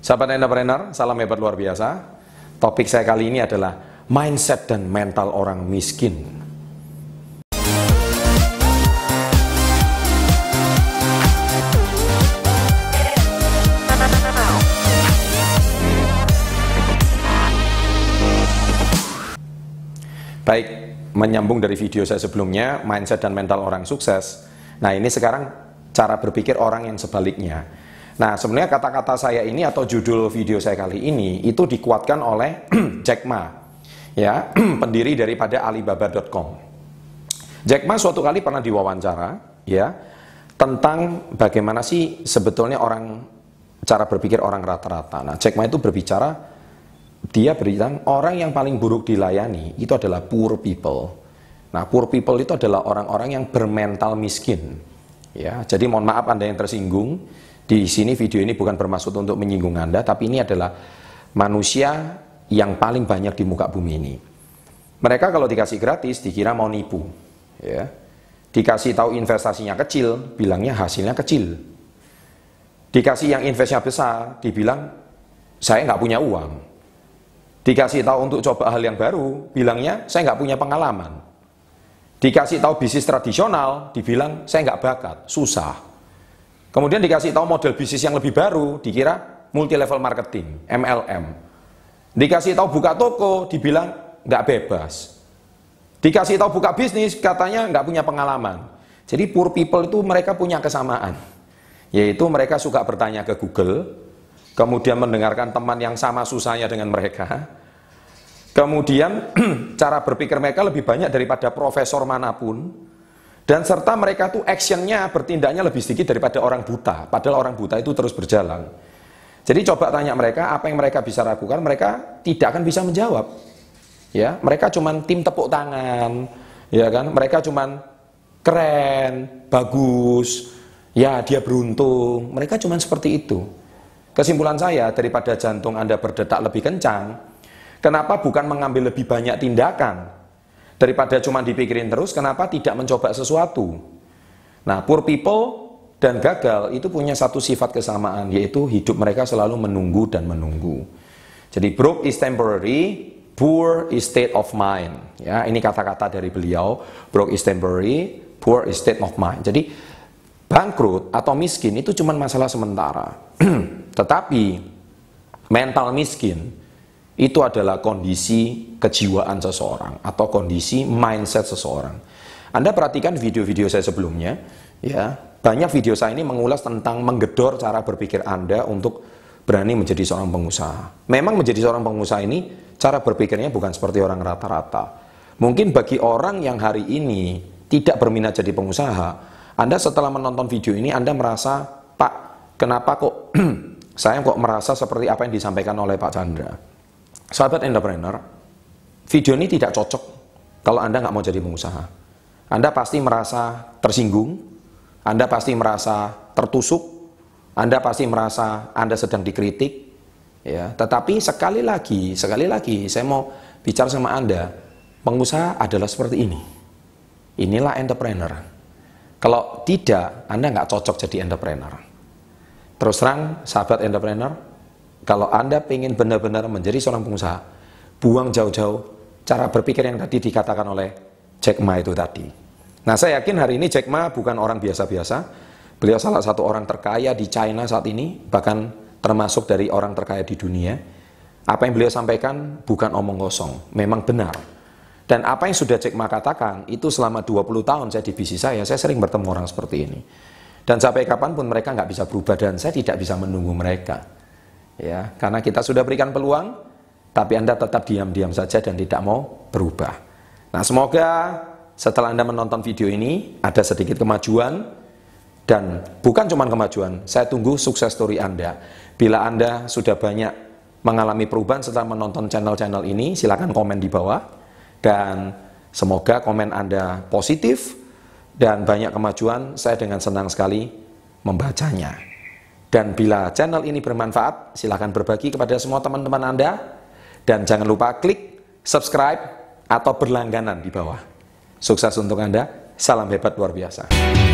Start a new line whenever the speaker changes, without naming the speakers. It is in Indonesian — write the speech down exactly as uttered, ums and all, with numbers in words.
Sahabat entrepreneur, salam hebat luar biasa. Topik saya kali ini adalah mindset dan mental orang miskin. Baik, menyambung dari video saya sebelumnya, mindset dan mental orang sukses. Nah, ini sekarang cara berpikir orang yang sebaliknya. Nah, sebenarnya kata-kata saya ini atau judul video saya kali ini itu dikuatkan oleh Jack Ma, ya, pendiri daripada Alibaba dot com. Jack Ma suatu kali pernah diwawancara, ya, tentang bagaimana sih sebetulnya orang cara berpikir orang rata-rata. Nah, Jack Ma itu berbicara, dia berbicara orang yang paling buruk dilayani itu adalah poor people. Nah, poor people itu adalah orang-orang yang bermental miskin. Ya, jadi mohon maaf Anda yang tersinggung. Di sini video ini bukan bermaksud untuk menyinggung Anda, tapi ini adalah manusia yang paling banyak di muka bumi ini. Mereka kalau dikasih gratis dikira mau nipu, ya. Dikasih tahu investasinya kecil, bilangnya hasilnya kecil. Dikasih yang investasinya besar, dibilang saya nggak punya uang. Dikasih tahu untuk coba hal yang baru, bilangnya saya nggak punya pengalaman. Dikasih tahu bisnis tradisional, dibilang saya nggak bakat, susah. Kemudian dikasih tahu model bisnis yang lebih baru, dikira multi level marketing, M L M. Dikasih tahu buka toko, dibilang nggak bebas. Dikasih tahu buka bisnis, katanya nggak punya pengalaman. Jadi poor people itu mereka punya kesamaan, yaitu mereka suka bertanya ke Google, kemudian mendengarkan teman yang sama susahnya dengan mereka. Kemudian cara berpikir mereka lebih banyak daripada profesor manapun. Dan serta mereka tuh actionnya, bertindaknya lebih sedikit daripada orang buta. Padahal orang buta itu terus berjalan. Jadi coba tanya mereka, apa yang mereka bisa lakukan, mereka tidak akan bisa menjawab. Ya, mereka cuman tim tepuk tangan, ya kan? Mereka cuman keren, bagus, ya dia beruntung. Mereka cuman seperti itu. Kesimpulan saya, daripada jantung Anda berdetak lebih kencang, kenapa bukan mengambil lebih banyak tindakan? Daripada cuma dipikirin terus, kenapa tidak mencoba sesuatu? Nah, poor people dan gagal itu punya satu sifat kesamaan, yaitu hidup mereka selalu menunggu dan menunggu. Jadi broke is temporary, poor is state of mind. Ya, ini kata-kata dari beliau. Broke is temporary, poor is state of mind. Jadi bangkrut atau miskin itu cuma masalah sementara. Tetapi mental miskin itu adalah kondisi kejiwaan seseorang atau kondisi mindset seseorang. Anda perhatikan video-video saya sebelumnya, ya, banyak video saya ini mengulas tentang menggedor cara berpikir Anda untuk berani menjadi seorang pengusaha. Memang menjadi seorang pengusaha ini cara berpikirnya bukan seperti orang rata-rata. Mungkin bagi orang yang hari ini tidak berminat jadi pengusaha, Anda setelah menonton video ini Anda merasa, Pak, kenapa kok saya kok merasa seperti apa yang disampaikan oleh Pak Chandra? Sahabat entrepreneur, video ini tidak cocok kalau Anda nggak mau jadi pengusaha. Anda pasti merasa tersinggung, Anda pasti merasa tertusuk, Anda pasti merasa Anda sedang dikritik. Ya, tetapi sekali lagi, sekali lagi, saya mau bicara sama Anda, pengusaha adalah seperti ini. Inilah entrepreneur. Kalau tidak, Anda nggak cocok jadi entrepreneur. Terus terang, sahabat entrepreneur, kalau Anda ingin benar-benar menjadi seorang pengusaha, buang jauh-jauh cara berpikir yang tadi dikatakan oleh Jack Ma itu tadi. Nah, saya yakin hari ini Jack Ma bukan orang biasa-biasa. Beliau salah satu orang terkaya di China saat ini, bahkan termasuk dari orang terkaya di dunia. Apa yang beliau sampaikan bukan omong kosong, memang benar. Dan apa yang sudah Jack Ma katakan, itu selama dua puluh tahun saya di bisnis saya, saya sering bertemu orang seperti ini. Dan sampai kapanpun mereka nggak bisa berubah dan saya tidak bisa menunggu mereka. Ya, karena kita sudah berikan peluang, tapi Anda tetap diam-diam saja dan tidak mau berubah. Nah, semoga setelah Anda menonton video ini ada sedikit kemajuan, dan bukan cuma kemajuan, saya tunggu sukses story Anda. Bila Anda sudah banyak mengalami perubahan setelah menonton channel-channel ini, silakan komen di bawah, dan semoga komen Anda positif dan banyak kemajuan. Saya dengan senang sekali membacanya. Dan bila channel ini bermanfaat, silahkan berbagi kepada semua teman-teman Anda. Dan jangan lupa klik subscribe atau berlangganan di bawah. Sukses untuk Anda, salam hebat luar biasa.